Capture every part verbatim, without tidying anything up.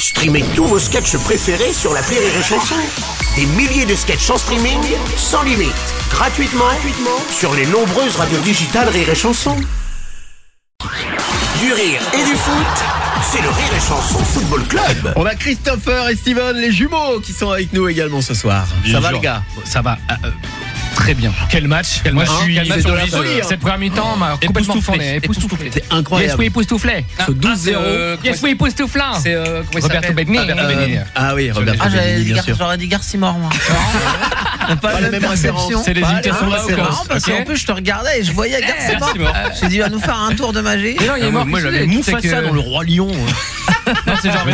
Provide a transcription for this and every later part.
Streamez tous vos sketchs préférés sur l'appli Rire et Chanson. Des milliers de sketchs en streaming, sans limite, gratuitement, gratuitement sur les nombreuses radios digitales Rire et Chanson. Du rire et du foot, c'est le Rire et Chanson Football Club. On a Christopher et Steven, les jumeaux, qui sont avec nous également ce soir. Bien Ça va sûr. les gars? Ça va. Euh, euh, très bien. Quel match, quel Moi, match, je suis- quel match c'est de on la dit, folie, euh, hein. Cette première mi-temps m'a complètement Époustouflé, fourné, époustouflé. C'est incroyable. Yes, oui, époustouflé. Ce douze zéro. Euh, Yes, oui, époustouflant. C'est euh, comment il Roberto s'appelle Benigni. Roberto Euh, Benigni. Ah oui, Roberto Ah, j'avais Benigni, dit bien Gar- sûr. j'aurais dit Garcimore, moi. Pas, pas la même référence. C'est les Pas la imitations même là ou quoi? référence. Non, parce Ok. qu'en plus, je te regardais et je voyais Garcimore. Garcimore. J'ai dit, il va nous faire un tour de magie. Mais non, il est mort. Moi, qu'est-ce j'avais que c'est Mufasa que- dans le Roi Lion. Non, c'est genre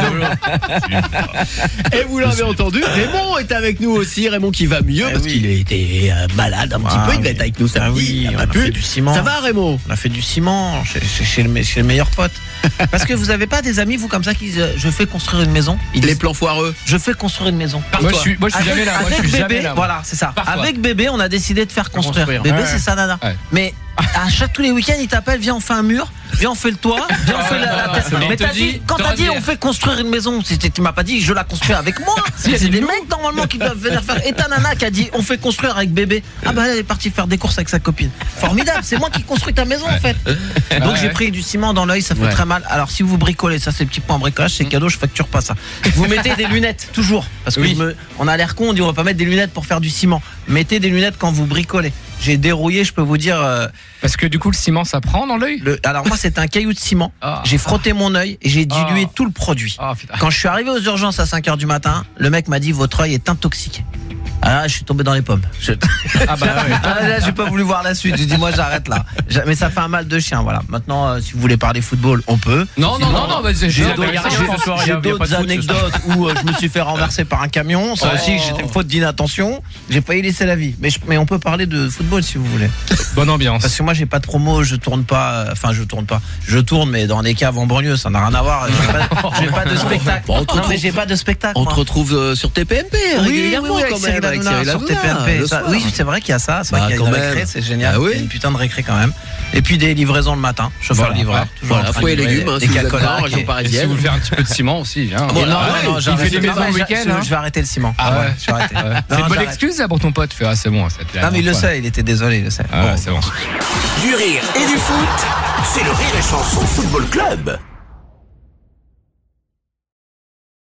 Et vous l'avez entendu, Raymond est avec nous aussi. Raymond qui va mieux Eh parce oui. qu'il était euh, malade un petit Ah peu. Il va oui. être avec nous Ah samedi. oui, il a on pas a pu. fait du ciment. Ça va Raymond? On a fait du ciment chez, chez- chez le, me- chez le meilleur pote. Parce que vous avez pas des amis, vous, comme ça, qui disent euh, je fais construire une maison. Ils Les disent, plans foireux. je fais construire une maison. Moi, je suis, moi, je suis Avec, jamais là. Moi, je avec suis bébé, jamais là. moi. voilà, c'est ça. Par toi. Avec bébé, on a décidé de faire construire. construire. Bébé, Ouais, c'est ouais. ça, nana. Ouais. Mais à chaque tous les week-ends, il t'appelle, viens, on fait un mur, viens, on fait le toit, viens, on fait la. la- non, c'est bon. Mais t'as Te dit, dis, quand t'as t'auras dit, dit- on fait construire une maison, c'était- tu m'as pas dit, je la construis avec moi. Si, C'est des nous. mecs normalement qui doivent venir faire. Et ta nana qui a dit, on fait construire avec bébé. Ah bah elle est partie faire des courses avec sa copine. Formidable, c'est moi qui construis ta maison en fait. Donc Ouais. j'ai pris du ciment dans l'œil, ça fait Ouais. très mal. Alors si vous bricolez, ça c'est le petit point bricolage, c'est cadeau, je facture pas ça. Vous mettez des lunettes toujours, parce que Oui. je me- on a l'air con, on dit on va pas mettre des lunettes pour faire du ciment. Mettez des lunettes quand vous bricolez. J'ai dérouillé, je peux vous dire. euh, Parce que du coup, le ciment, ça prend dans l'œil. le- alors moi c'était un caillou de ciment. Ah. J'ai frotté mon œil et j'ai dilué Ah. tout le produit. Ah, putain. Quand je suis arrivé aux urgences à cinq heures du matin, le mec m'a dit votre œil est intoxiqué. Ah là, je suis tombé dans les pommes. Je- Ah bah ouais. Ah, là, j'ai pas voulu voir la suite. J'ai dit moi j'arrête là. J'a- Mais ça fait un mal de chien, voilà. Maintenant, euh, si vous voulez parler football, on peut. Non, non, non, non, bah, c'est J'ai juste- d'autres il y a rien j'ai- ce soir, il y j'ai a- il y a pas d'autres de foot ce soir. anecdotes où euh, je me suis fait renverser par un camion. Ça Oh. aussi, j'étais faute d'inattention. J'ai failli laisser la vie. Mais, je- mais on peut parler de football si vous voulez. Bonne ambiance. Parce que moi j'ai pas de promo, je tourne pas. euh, Enfin, je tourne pas. Je tourne, mais dans des caves en banlieue, ça n'a rien à voir. J'ai pas, j'ai pas de spectacle. Bon, on te Non, mais retrouve- j'ai pas de spectacle. On moi. te retrouve euh, sur T P M P régulièrement avec quand Cyril même. Avec Hanouna, Cyril sur Hanouna, T P M P. le Ça- soir. oui, c'est vrai qu'il y a ça. C'est vrai Bah, qu'il y a quand une même. récré, c'est génial. Ah oui. Il y a une putain de récré quand même. Et puis des livraisons le matin. Chauffeur Voilà, livreur. ouais. toujours Voilà, en train fruits et de livrer légumes, hein, des si vous êtes cacolas, dans la région ok. Et si parisienne. vous voulez faire un petit peu de ciment aussi, viens. Et non, Voilà, non, ouais, non, il j'arrête. fait des maisons Ah, le j'a- week-end, je- hein. Je vais arrêter le ciment. Ah ouais. Je vais arrêter. Ouais. Non, C'est une bonne j'arrête. excuse là pour ton pote. Fais, ah, c'est bon. c'est la Non, mais il le dernière fois. sait, il était désolé, il le sait. Ah, Bon. ouais, c'est bon. Du rire et du foot, c'est le Rire et Chanson Football Club.